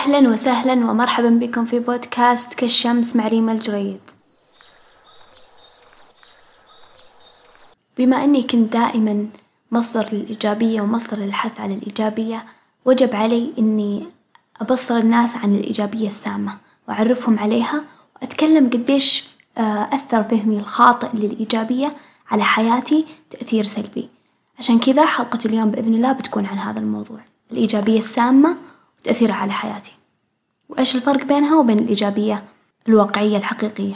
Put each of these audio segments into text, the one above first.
أهلا وسهلا ومرحبا بكم في بودكاست كالشمس مع ريما الجريد. بما أني كنت دائما مصدر للإيجابية ومصدر للحث على الإيجابية، وجب علي أني أبصر الناس عن الإيجابية السامة وأعرفهم عليها، وأتكلم قديش أثر فهمي الخاطئ للإيجابية على حياتي تأثير سلبي. عشان كذا حلقة اليوم بإذن الله بتكون عن هذا الموضوع، الإيجابية السامة وتأثيرها على حياتي، وإيش الفرق بينها وبين الإيجابية الواقعية الحقيقية.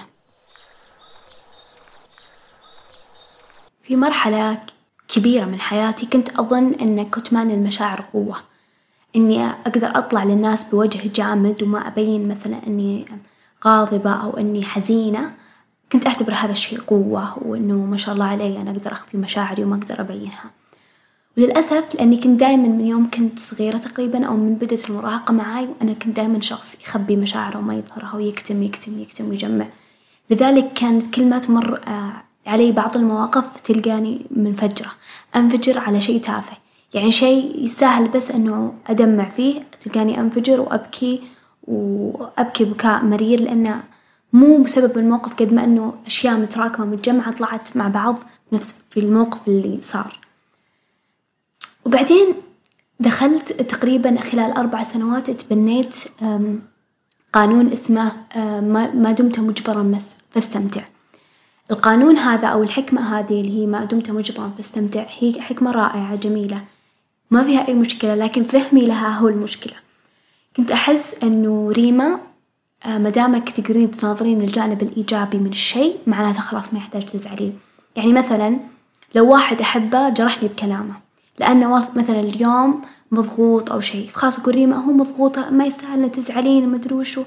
في مرحلة كبيرة من حياتي كنت أظن أن كتمان المشاعر قوة، إني أقدر أطلع للناس بوجه جامد وما أبين مثلا أني غاضبة أو أني حزينة. كنت أعتبر هذا الشيء قوة، وأنه ما شاء الله علي أنا أقدر أخفي مشاعري وما أقدر أبينها. وللأسف لأني كنت دايما من يوم كنت صغيرة تقريبا أو من بدأت المراهقة معاي، وأنا كنت دايما شخص يخبي مشاعره وما يظهرها ويكتم يكتم يكتم ويجمع. لذلك كانت كل ما تمر علي بعض المواقف تلقاني منفجرة، أنفجر على شيء تافه، يعني شيء يسهل بس أنه أدمع فيه تلقاني أنفجر وأبكي بكاء مرير، لأنه مو بسبب الموقف قد ما أنه أشياء متراكمة متجمعة طلعت مع بعض نفس في الموقف اللي صار. وبعدين دخلت تقريبا خلال 4 سنوات تبنيت قانون اسمه ما دمت مجبرا فاستمتع. القانون هذا أو الحكمة هذه اللي هي ما دمت مجبرا فاستمتع هي حكمة رائعة جميلة ما فيها أي مشكلة، لكن فهمي لها هو المشكلة. كنت أحس أنه ريما مدامك تقدرين تناظرين الجانب الإيجابي من الشيء معناته خلاص ما يحتاج تزعلين. يعني مثلا لو واحد أحبه جرحني بكلامه لأنه مثلا اليوم مضغوط أو شيء، خلاص أقول ريما هو مضغوطة ما يستاهل إن تزعلين وما أدري وشو.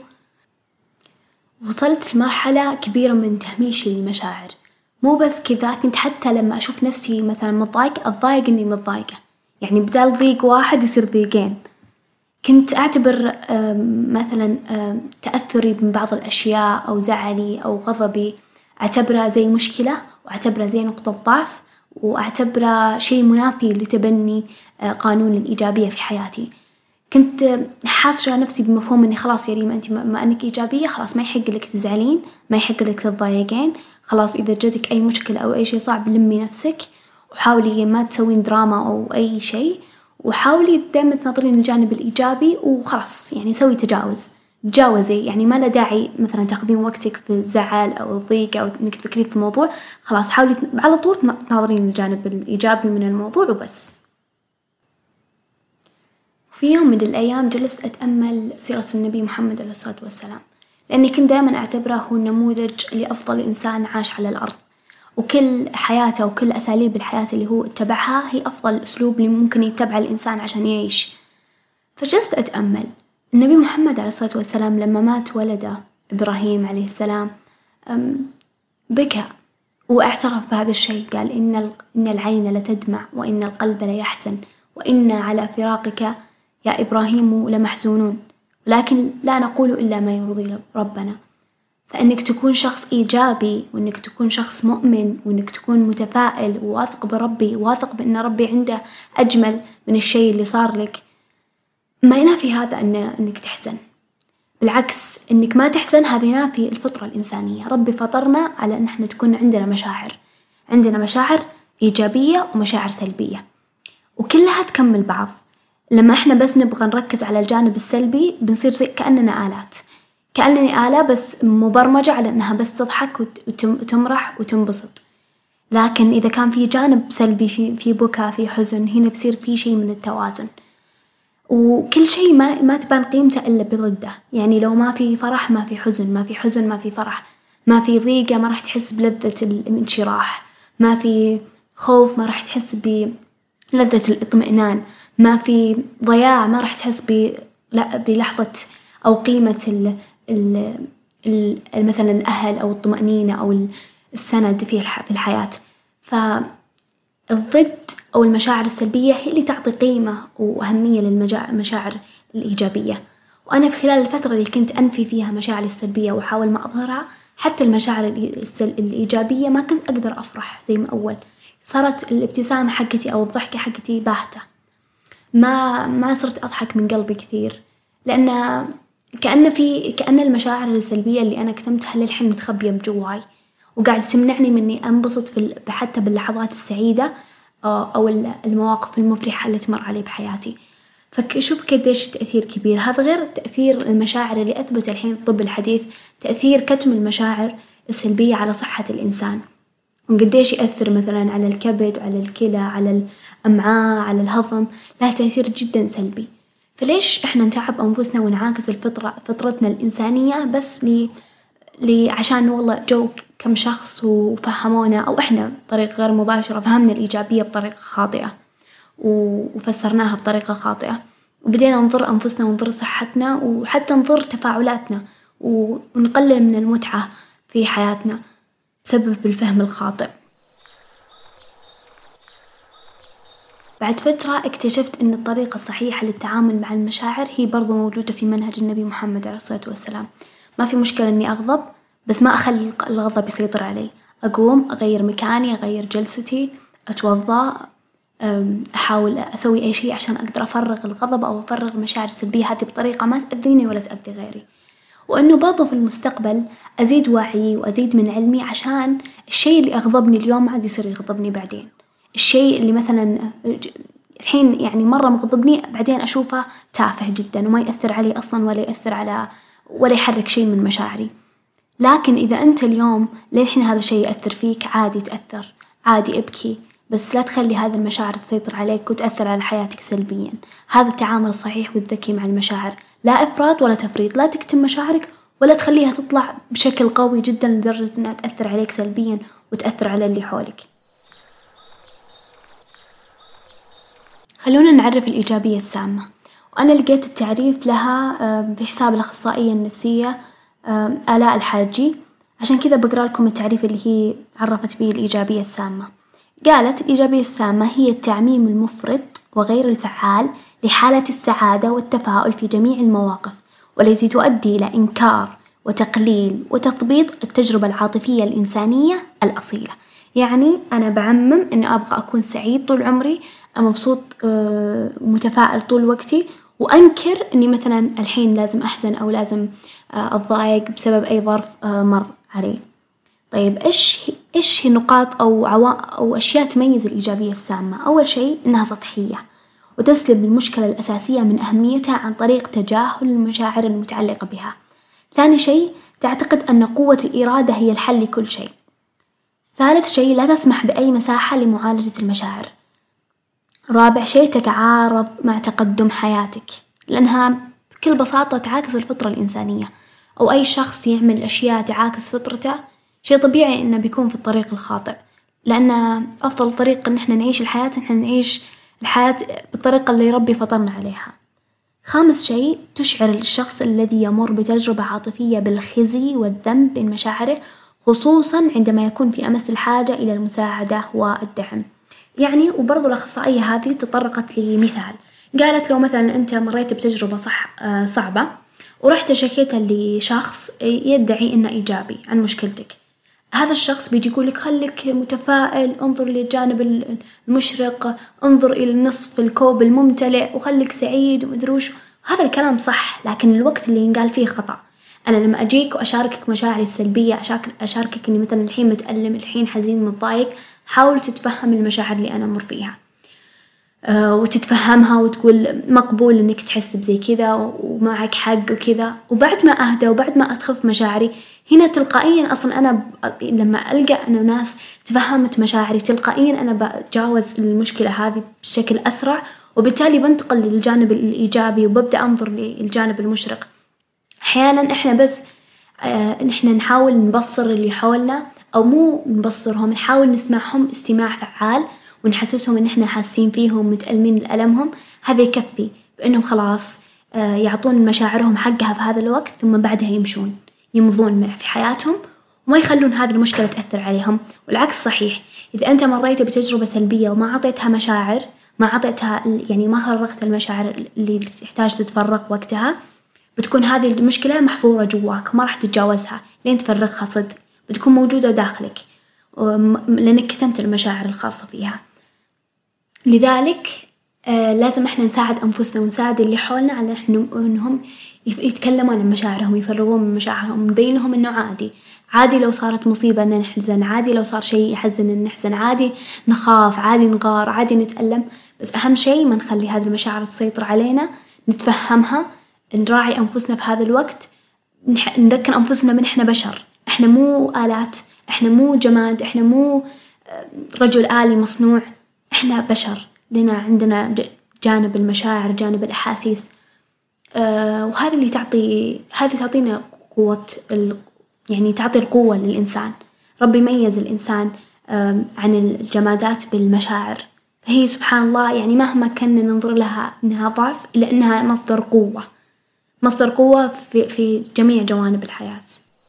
وصلت لمرحلة كبيرة من تهميشي للمشاعر. مو بس كذا، كنت حتى لما أشوف نفسي مثلا متضايقة أتضايق إني متضايقة، يعني بدال ضيق واحد يصير ضيقين. كنت أعتبر مثلا تأثري من بعض الأشياء أو زعلي أو غضبي أعتبره زي مشكلة، وأعتبره زي نقطة ضعف، وأعتبره شيء منافي لتبني قانون الإيجابية في حياتي. كنت حاسرة نفسي بمفهوم إني خلاص يا ريما أنت ما أنك إيجابية خلاص ما يحق لك تزعلين، ما يحق لك تتضايقين، خلاص إذا جتك أي مشكلة أو أي شيء صعب لمي نفسك وحاولي ما تسوين دراما أو أي شيء، وحاولي دائما تنظرين الجانب الإيجابي وخلاص يعني سوي تجاوزي، يعني ما له داعي مثلا تاخذين وقتك في الزعل أو الضيق أو إنك تفكرين في الموضوع، خلاص حاولي على طول تنظرين الجانب الإيجابي من الموضوع وبس. في يوم من الأيام جلست أتأمل سيرة النبي محمد عليه الصلاة والسلام، لأني كنت دائما أعتبره هو النموذج لأفضل إنسان عاش على الأرض، وكل حياته وكل أساليب الحياة اللي هو اتبعها هي أفضل أسلوب اللي ممكن يتبعه الإنسان عشان يعيش. فجلست أتأمل النبي محمد عليه الصلاة والسلام لما مات ولده إبراهيم عليه السلام بكى واعترف بهذا الشيء، قال إن العين لتدمع وإن القلب ليحزن وإنا على فراقك يا إبراهيم لمحزونون، ولكن لا نقول إلا ما يرضي ربنا. فإنك تكون شخص إيجابي، وإنك تكون شخص مؤمن، وإنك تكون متفائل وواثق بربي، واثق بأن ربي عنده أجمل من الشيء اللي صار لك، ما ينافي هذا إنك تحزن. بالعكس إنك ما تحزن هذا ينافي الفطرة الإنسانية. ربي فطرنا على أن احنا تكون عندنا مشاعر إيجابية ومشاعر سلبية، وكلها تكمل بعض. لما احنا بس نبغى نركز على الجانب السلبي بنصير زي كأننا آلات، كأنني آلة بس مبرمجة على أنها بس تضحك وتمرح وتنبسط. لكن إذا كان في جانب سلبي، في بكاء، في حزن، هنا بصير في شيء من التوازن، وكل شيء ما تبان قيمته إلا بضده. يعني لو ما في فرح ما في حزن، ما في حزن ما في فرح، ما في ضيقة ما راح تحس بلذة الانشراح، ما في خوف ما راح تحس بلذة الاطمئنان، ما في ضياع ما راح تحس بلحظة أو قيمة مثلا الأهل أو الطمأنينة أو السند في الحياة. فالضد أو المشاعر السلبية هي اللي تعطي قيمة وأهمية للمشاعر الإيجابية. وأنا في خلال الفترة اللي كنت أنفي فيها مشاعري السلبية وأحاول ما أظهرها، حتى المشاعر الإيجابية ما كنت أقدر أفرح زي ما أول. صارت الابتسامة حقتي أو الضحكة حقتي باهتة، ما صرت أضحك من قلبي كثير. لأن كأن المشاعر السلبية اللي أنا كتمتها للحين متخبية بجواي، وقاعدة تمنعني من إني أنبسط حتى باللحظات السعيدة أو المواقف المفرحة اللي تمر علي بحياتي. فشوف قديش تأثير كبير. هذا غير تأثير المشاعر اللي أثبت الحين الطب الحديث تأثير كتم المشاعر السلبية على صحة الإنسان، وقديش يأثر مثلاً على الكبد، على الكلى، على الأمعاء، على الهضم، له تأثير جداً سلبي. فليش إحنا نتعب أنفسنا ونعاكس فطرتنا الإنسانية بس عشان والله جو كم شخص وفهمونا، أو إحنا بطريقة غير مباشرة فهمنا الإيجابية بطريقة خاطئة وفسرناها بطريقة خاطئة، وبدينا نضر أنفسنا ونضر صحتنا وحتى نضر تفاعلاتنا ونقلل من المتعة في حياتنا بسبب الفهم الخاطئ. بعد فترة اكتشفت أن الطريقة الصحيحة للتعامل مع المشاعر هي برضو موجودة في منهج النبي محمد عليه الصلاة والسلام. ما في مشكلة أني أغضب، بس ما أخلي الغضب يسيطر علي. أقوم أغير مكاني، أغير جلستي، أتوضأ، أحاول أسوي أي شيء عشان أقدر أفرغ الغضب أو أفرغ المشاعر السلبية هذه بطريقة ما تأذيني ولا تأذي غيري. وإنه برضو في المستقبل أزيد وعي وأزيد من علمي عشان الشيء اللي أغضبني اليوم عاد يصير يغضبني بعدين. الشيء اللي مثلا الحين يعني مرة مغضبني بعدين أشوفه تافه جدا وما يأثر علي أصلا ولا يأثر على ولا يحرك شيء من مشاعري. لكن إذا أنت اليوم للحين هذا الشيء يأثر فيك، عادي تأثر، عادي ابكي، بس لا تخلي هذه المشاعر تسيطر عليك وتأثر على حياتك سلبيا. هذا التعامل الصحيح والذكي مع المشاعر، لا إفراط ولا تفريط. لا تكتم مشاعرك ولا تخليها تطلع بشكل قوي جدا لدرجة أنها تأثر عليك سلبيا وتأثر على اللي حولك. خلونا نعرف الإيجابية السامة، وأنا لقيت التعريف لها في حساب الأخصائية النفسية آلاء الحاجي، عشان كذا بقرأ لكم التعريف اللي هي عرفت به الإيجابية السامة. قالت: الإيجابية السامة هي التعميم المفرط وغير الفعال لحالة السعادة والتفاؤل في جميع المواقف، والتي تؤدي إلى إنكار وتقليل وتثبيط التجربة العاطفية الإنسانية الأصيلة. يعني أنا بعمم إني أبغى أكون سعيد طول عمري، مبسوط ومتفائل طول وقتي، وأنكر إني مثلا الحين لازم أحزن أو لازم أتضايق بسبب أي ظرف مر علي. طيب إيش هي نقاط أو أشياء تميز الإيجابية السامة؟ أول شيء إنها سطحية وتسلب المشكلة الأساسية من أهميتها عن طريق تجاهل المشاعر المتعلقة بها. ثاني شيء، تعتقد أن قوة الإرادة هي الحل لكل شيء. ثالث شيء، لا تسمح بأي مساحة لمعالجة المشاعر. رابع شيء، تتعارض مع تقدم حياتك، لأنها بكل بساطة تعاكس الفطرة الإنسانية، أو أي شخص يعمل أشياء تعاكس فطرته شيء طبيعي إنه بيكون في الطريق الخاطئ، لأن أفضل طريقة إن إحنا نعيش الحياة إن إحنا نعيش الحياة بالطريقة اللي ربي فطرنا عليها. خامس شيء، تشعر الشخص الذي يمر بتجربة عاطفية بالخزي والذنب من مشاعره، خصوصا عندما يكون في أمس الحاجة إلى المساعدة والدعم. يعني وبرضو الأخصائية هذه تطرقت لمثال، قالت: لو مثلا أنت مريت بتجربة صعبة ورحت شكيتها لشخص يدعي إنه إيجابي عن مشكلتك، هذا الشخص بيجي يقولك خليك متفائل، انظر للجانب المشرق، انظر إلى النصف الكوب الممتلئ، وخليك سعيد ومدروش. هذا الكلام صح، لكن الوقت اللي ينقال فيه خطأ. أنا لما أجيك وأشاركك مشاعري السلبية، أشاركك إني مثلا الحين متألم، الحين حزين، متضايق، حاول تتفهم المشاعر اللي أنا أمر فيها وتتفهمها وتقول مقبول إنك تحس بزي كذا ومعك حق وكذا. وبعد ما أهدى وبعد ما أتخف مشاعري، هنا تلقائيا أصلا أنا لما ألقى أنه ناس تفهمت مشاعري، تلقائيا أنا بتجاوز المشكلة هذه بشكل أسرع، وبالتالي بنتقل للجانب الإيجابي وببدأ أنظر للجانب المشرق. أحيانا إحنا بس إحنا نحاول نبصر اللي حولنا، أو مو نبصرهم، نحاول نسمعهم استماع فعال ونحسسهم إن إحنا حاسين فيهم، متألمين لألمهم. هذا يكفي بأنهم خلاص يعطون مشاعرهم حقها في هذا الوقت، ثم بعدها يمضون في حياتهم وما يخلون هذه المشكلة تأثر عليهم. والعكس صحيح، إذا أنت مريت بتجربة سلبية وما عطيتها مشاعر، ما عطيتها يعني ما فرغت المشاعر اللي تحتاج تتفرغ وقتها، بتكون هذه المشكلة محفورة جواك، ما راح تتجاوزها لين تفرغها صدق، بتكون موجودة داخلك لأنك كتمت المشاعر الخاصة فيها. لذلك لازم إحنا نساعد أنفسنا ونساعد اللي حولنا على إنهم يتكلمون عن مشاعرهم، يفرغون من مشاعرهم، نبين لهم إنه عادي، عادي لو صارت مصيبة إن نحزن، عادي لو صار شيء يحزن إن نحزن، عادي نخاف، عادي نغار، عادي نتألم، بس أهم شيء ما نخلي هذه المشاعر تسيطر علينا، نتفهمها، نراعي أنفسنا في هذا الوقت، نذكر أنفسنا من إحنا بشر، إحنا مو آلات، إحنا مو جماد، إحنا مو رجل آلي مصنوع، إحنا بشر، عندنا جانب المشاعر، جانب الأحاسيس، وهذا اللي تعطينا قوة يعني تعطي القوة للإنسان. ربي ميز الإنسان عن الجمادات بالمشاعر، فهي سبحان الله يعني مهما كنا ننظر لها إنها ضعف إلا إنها مصدر قوة في جميع جوانب الحياة.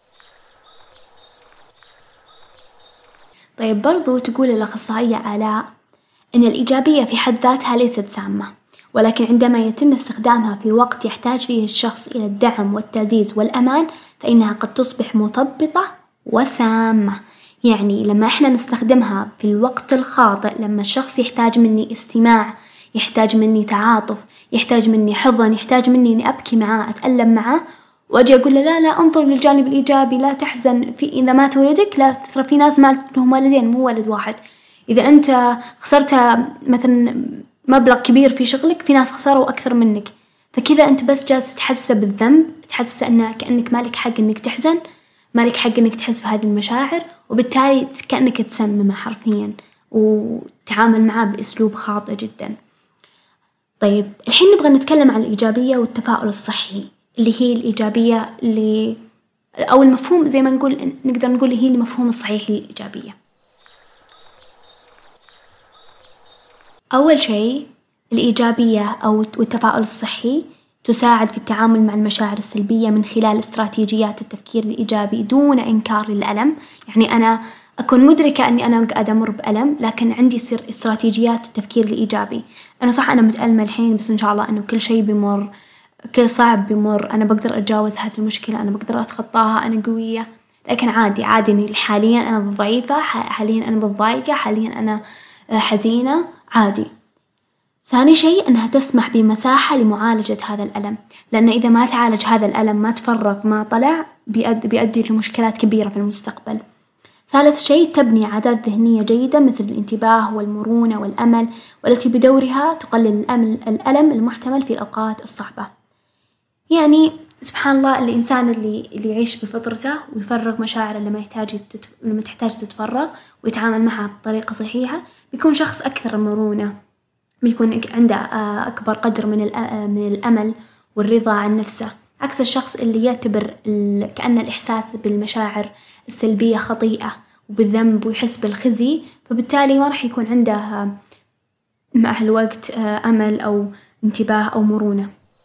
طيب برضو تقول الأخصائية آلاء إن الإيجابية في حد ذاتها ليست سامة، ولكن عندما يتم استخدامها في وقت يحتاج فيه الشخص إلى الدعم والتعزيز والأمان فإنها قد تصبح مثبطة وسامة. يعني لما إحنا نستخدمها في الوقت الخاطئ، لما الشخص يحتاج مني استماع، يحتاج مني تعاطف، يحتاج مني حضن، يحتاج مني إني أبكي معاه، أتألم معاه، وأجي أقول له لا انظر للجانب الإيجابي، لا تحزن، إذا مات ولدك، لا ترى في ناس مات لهم ولدين مو ولد واحد، إذا أنت خسرت مثلا مبلغ كبير في شغلك، في ناس خسروا أكثر منك، فكذا أنت بس جالس تحسس بالذنب، تحسس أنك كأنك مالك حق إنك تحزن، مالك حق إنك تحس بهذه المشاعر، وبالتالي كأنك تسممه حرفيا وتعامل معاه بأسلوب خاطئ جدا. طيب الحين نبغى نتكلم عن الإيجابية والتفاؤل الصحي، اللي هي الإيجابية أو المفهوم زي ما نقدر نقول هي المفهوم الصحيح للإيجابية. أول شيء الإيجابية والتفاؤل الصحي تساعد في التعامل مع المشاعر السلبية من خلال استراتيجيات التفكير الإيجابي دون إنكار للألم. يعني أنا أكون مدركة أني أنا قاعدة أمر بألم، لكن عندي استراتيجيات التفكير الإيجابي. أنا صح أنا متألمة الحين، بس إن شاء الله أنه كل شيء بيمر، كل صعب بيمر، أنا بقدر أتجاوز هذه المشكلة، أنا بقدر أتخطاها، أنا قوية. لكن عادي إني حاليا أنا ضعيفة، حاليا أنا متضايقة، حاليا أنا حزينة، عادي. ثاني شيء أنها تسمح بمساحة لمعالجة هذا الألم، لأن إذا ما تعالج هذا الألم، ما تفرغ، ما طلع، بيؤدي لمشكلات كبيرة في المستقبل. ثالث شيء تبني عادات ذهنية جيدة مثل الانتباه والمرونة والأمل، والتي بدورها تقلل الألم المحتمل في الأوقات الصعبة. يعني سبحان الله الإنسان اللي يعيش بفطرته ويفرغ مشاعره لما تحتاج تتفرغ ويتعامل معها بطريقة صحيحة، بيكون شخص أكثر مرونة، بيكون عنده أكبر قدر من الأمل والرضا عن نفسه، عكس الشخص اللي يعتبر كأن الإحساس بالمشاعر السلبية خطيئة وبالذنب ويحس بالخزي، فبالتالي ما راح يكون عنده مع الوقت أمل أو انتباه أو مرونة.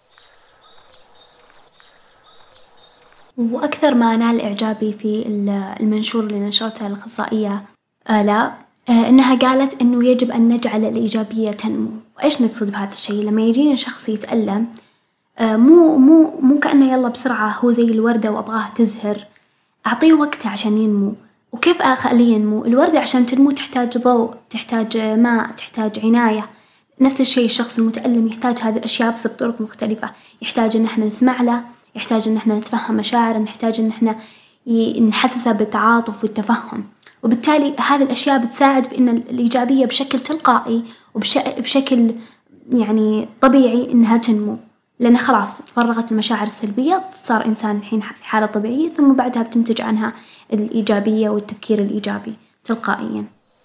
وأكثر ما نال إعجابي في المنشور اللي نشرته الأخصائية آلاء إنها قالت إنه يجب أن نجعل الإيجابية تنمو. وإيش نقصد بهذا الشيء؟ لما يجينا شخص يتألم مو كأنه يلا بسرعة هو زي الوردة وأبغاه تزهر، أعطيه وقته عشان ينمو. وكيف أخليه ينمو؟ الوردة عشان تنمو تحتاج ضوء، تحتاج ماء، تحتاج عناية. نفس الشيء الشخص المتألم يحتاج هذه الأشياء بس بطرق مختلفة، يحتاج إن إحنا نسمع له، يحتاج إن إحنا نتفهم مشاعره، نحتاج إن إحنا نحسسه بالتعاطف والتفهم. وبالتالي هذه الأشياء بتساعد في إن الإيجابية بشكل تلقائي وبشكل يعني طبيعي إنها تنمو، لأن خلاص تفرغت المشاعر السلبية، صار إنسان الحين في حالة طبيعية، ثم بعدها بتنتج عنها الإيجابية والتفكير الإيجابي تلقائيا.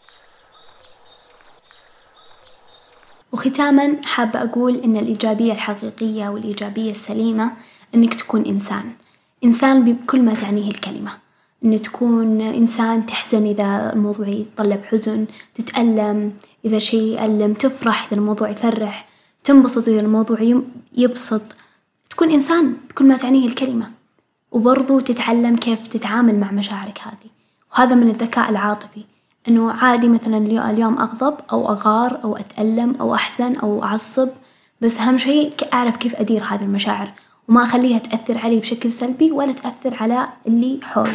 وختاما حابة أقول إن الإيجابية الحقيقية والإيجابية السليمة إنك تكون إنسان بكل ما تعنيه الكلمة، إن تكون إنسان تحزن إذا الموضوع يتطلب حزن، تتألم إذا شيء يألم، تفرح إذا الموضوع يفرح، تنبسط إذا الموضوع يبسط، تكون إنسان بكل ما تعنيه الكلمة. وبرضو تتعلم كيف تتعامل مع مشاعرك هذه، وهذا من الذكاء العاطفي، إنه عادي مثلا اليوم أغضب أو أغار أو أتألم أو أحزن أو أعصب، بس أهم شيء أعرف كيف أدير هذه المشاعر وما أخليها تأثر علي بشكل سلبي ولا تأثر على اللي حولي.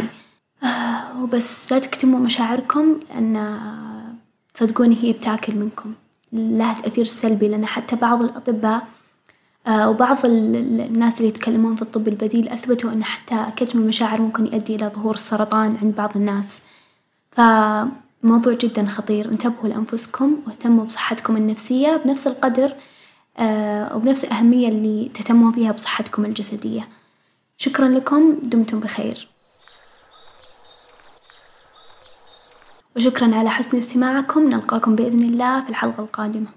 وبس لا تكتموا مشاعركم، لأن صدقوني هي بتاكل منكم. لها تأثير سلبي، لأن حتى بعض الأطباء وبعض الناس اللي يتكلمون في الطب البديل أثبتوا أن حتى كتم المشاعر ممكن يؤدي إلى ظهور السرطان عند بعض الناس. فموضوع جدا خطير، انتبهوا لأنفسكم واهتموا بصحتكم النفسية بنفس القدر وبنفس الأهمية اللي تهتمون فيها بصحتكم الجسدية. شكرا لكم، دمتم بخير، وشكرا على حسن استماعكم. نلقاكم بإذن الله في الحلقة القادمة.